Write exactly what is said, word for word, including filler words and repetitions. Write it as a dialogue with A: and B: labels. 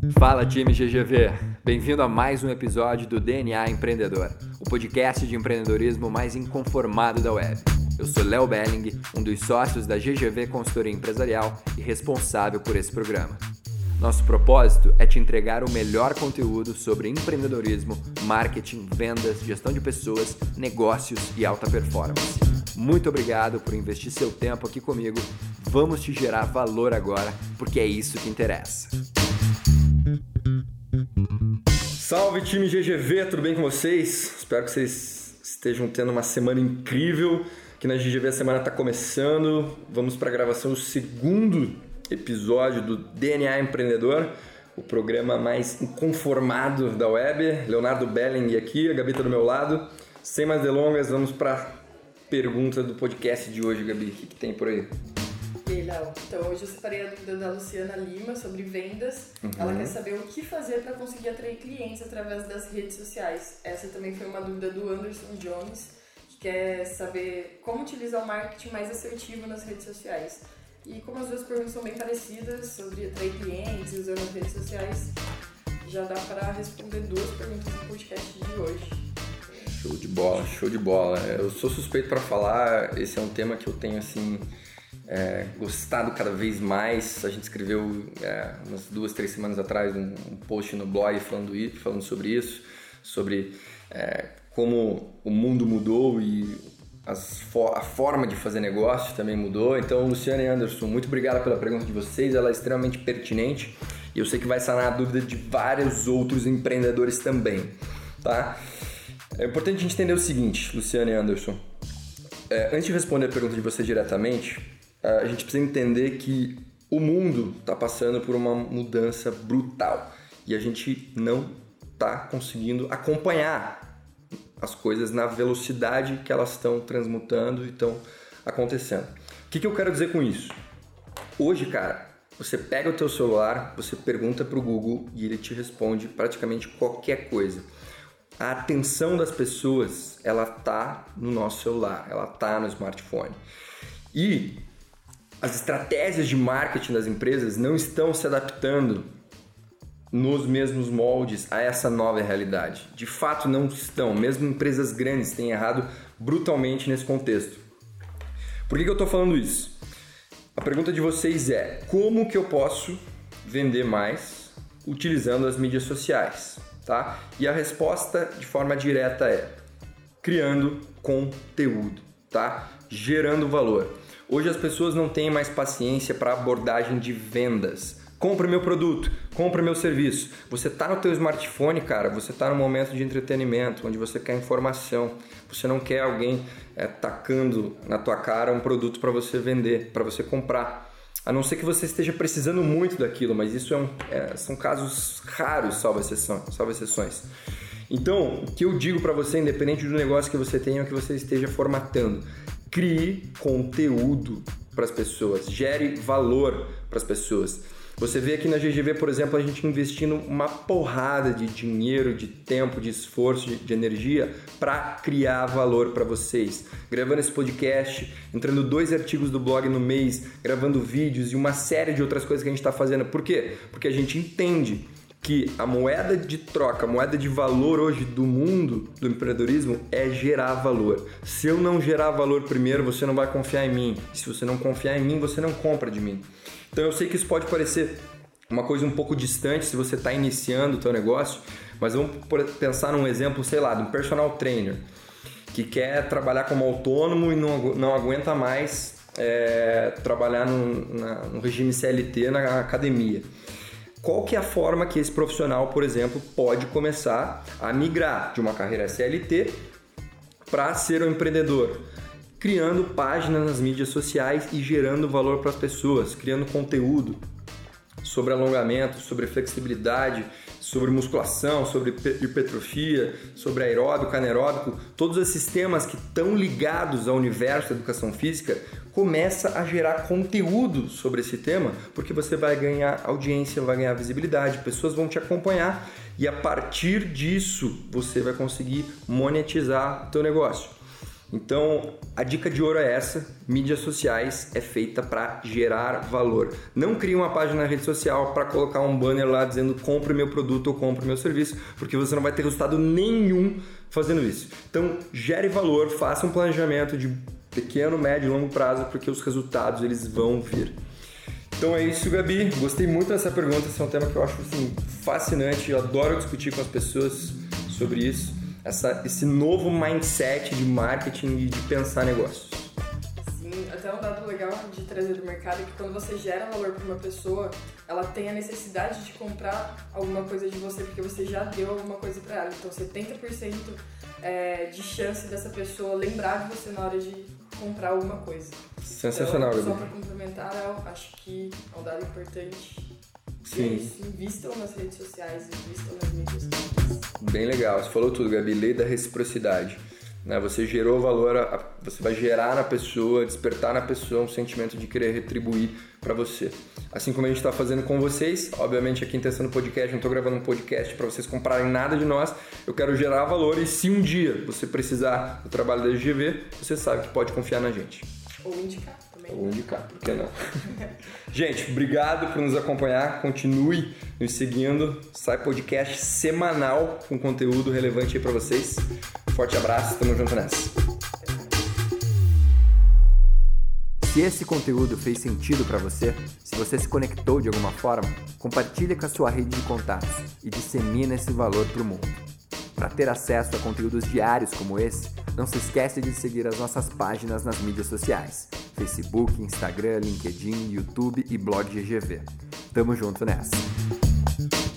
A: Fala, time G G V! Bem-vindo a mais um episódio do D N A Empreendedor, o podcast de empreendedorismo mais inconformado da web. Eu sou Léo Belling, um dos sócios da G G V Consultoria Empresarial e responsável por esse programa. Nosso propósito é te entregar o melhor conteúdo sobre empreendedorismo, marketing, vendas, gestão de pessoas, negócios e alta performance. Muito obrigado por investir seu tempo aqui comigo. Vamos te gerar valor agora, porque é isso que interessa.
B: Salve, time G G V, tudo bem com vocês? Espero que vocês estejam tendo uma semana incrível. Aqui na G G V a semana está começando. Vamos para a gravação do segundo episódio do D N A Empreendedor, o programa mais inconformado da web. Leonardo Belling aqui, a Gabi está do meu lado. Sem mais delongas, vamos para a pergunta do podcast de hoje, Gabi. O que, que tem por aí?
C: E aí, Léo? Então, hoje eu separei a dúvida da Luciana Lima sobre vendas. Uhum. Ela quer saber o que fazer para conseguir atrair clientes através das redes sociais. Essa também foi uma dúvida do Anderson Jones, que quer saber como utilizar o marketing mais assertivo nas redes sociais. E como as duas perguntas são bem parecidas sobre atrair clientes usando as redes sociais, já dá para responder duas perguntas no podcast de hoje.
B: Show de bola, show de bola. Eu sou suspeito para falar, esse é um tema que eu tenho assim é, gostado cada vez mais. A gente escreveu é, umas duas, três semanas atrás um, um post no blog falando, falando sobre isso, sobre é, como o mundo mudou e as, a forma de fazer negócio também mudou. Então, Luciana e Anderson, muito obrigado pela pergunta de vocês, ela é extremamente pertinente e eu sei que vai sanar a dúvida de vários outros empreendedores também, tá? É importante a gente entender o seguinte, Luciana e Anderson. É, antes de responder a pergunta de vocês diretamente, a gente precisa entender que o mundo está passando por uma mudança brutal e a gente não está conseguindo acompanhar as coisas na velocidade que elas estão transmutando e estão acontecendo. O que, que eu quero dizer com isso? Hoje, cara, você pega o teu celular, você pergunta para o Google e ele te responde praticamente qualquer coisa. A atenção das pessoas, ela tá no nosso celular, ela tá no smartphone. E as estratégias de marketing das empresas não estão se adaptando nos mesmos moldes a essa nova realidade. De fato, não estão. Mesmo empresas grandes têm errado brutalmente nesse contexto. Por que que eu estou falando isso? A pergunta de vocês é: como que eu posso vender mais utilizando as mídias sociais? Tá? E a resposta de forma direta é criando conteúdo, tá? Gerando valor. Hoje as pessoas não têm mais paciência para abordagem de vendas. Compre meu produto, compre meu serviço. Você está no teu smartphone, cara, você está num momento de entretenimento, onde você quer informação. Você não quer alguém é, tacando na tua cara um produto para você vender, para você comprar. A não ser que você esteja precisando muito daquilo, mas isso é um, é, são casos raros, salvo exceção, salvo exceções. Então, o que eu digo para você, independente do negócio que você tenha ou que você esteja formatando, crie conteúdo para as pessoas, gere valor para as pessoas. Você vê aqui na G G V, por exemplo, a gente investindo uma porrada de dinheiro, de tempo, de esforço, de, de energia para criar valor para vocês. Gravando esse podcast, entrando dois artigos do blog no mês, gravando vídeos e uma série de outras coisas que a gente está fazendo. Por quê? Porque a gente entende que a moeda de troca, a moeda de valor hoje do mundo do empreendedorismo é gerar valor. Se eu não gerar valor primeiro, você não vai confiar em mim. Se você não confiar em mim, você não compra de mim. Então eu sei que isso pode parecer uma coisa um pouco distante se você está iniciando o teu negócio, mas vamos pensar num exemplo, sei lá, de um personal trainer que quer trabalhar como autônomo e não, não aguenta mais é, trabalhar no, na, no regime C L T na academia. Qual que é a forma que esse profissional, por exemplo, pode começar a migrar de uma carreira C L T para ser um empreendedor? Criando páginas nas mídias sociais e gerando valor para as pessoas, criando conteúdo sobre alongamento, sobre flexibilidade, sobre musculação, sobre hipertrofia, sobre aeróbico, anaeróbico, todos esses temas que estão ligados ao universo da educação física, começa a gerar conteúdo sobre esse tema, porque você vai ganhar audiência, vai ganhar visibilidade, pessoas vão te acompanhar e a partir disso você vai conseguir monetizar o teu negócio. Então, a dica de ouro é essa: mídias sociais é feita para gerar valor. Não crie uma página na rede social para colocar um banner lá dizendo compre meu produto ou compre meu serviço, porque você não vai ter resultado nenhum fazendo isso. Então, gere valor, faça um planejamento de pequeno, médio e longo prazo, porque os resultados eles vão vir. Então é isso, Gabi. Gostei muito dessa pergunta. Esse é um tema que eu acho assim, fascinante. Eu adoro discutir com as pessoas sobre isso. Essa, esse novo mindset de marketing e de pensar negócios.
C: Sim, até um dado legal de trazer do mercado é que quando você gera valor para uma pessoa, ela tem a necessidade de comprar alguma coisa de você porque você já deu alguma coisa para ela. Então setenta por cento é, de chance dessa pessoa lembrar de você na hora de comprar alguma coisa.
B: Sensacional,
C: então,
B: Gabi.
C: Só para complementar, eu acho que é um dado importante.
B: Sim.
C: E é isso, invistam nas redes sociais, invistam nas mídias sociais.
B: Bem legal, você falou tudo, Gabi. Lei da reciprocidade. Né? Você gerou valor, você vai gerar na pessoa, despertar na pessoa um sentimento de querer retribuir para você. Assim como a gente está fazendo com vocês, obviamente aqui em Testando Podcast, não estou gravando um podcast para vocês comprarem nada de nós, eu quero gerar valor e se um dia você precisar do trabalho da G G V, você sabe que pode confiar na gente.
C: Ou indicar também.
B: Ou indicar, por que não? Gente, obrigado por nos acompanhar, continue nos seguindo, sai podcast semanal com conteúdo relevante aí para vocês. Forte abraço, tamo junto nessa.
A: Se esse conteúdo fez sentido para você, se você se conectou de alguma forma, compartilha com a sua rede de contatos e dissemina esse valor para o mundo. Para ter acesso a conteúdos diários como esse, não se esquece de seguir as nossas páginas nas mídias sociais: Facebook, Instagram, LinkedIn, YouTube e blog G G V. Tamo junto nessa!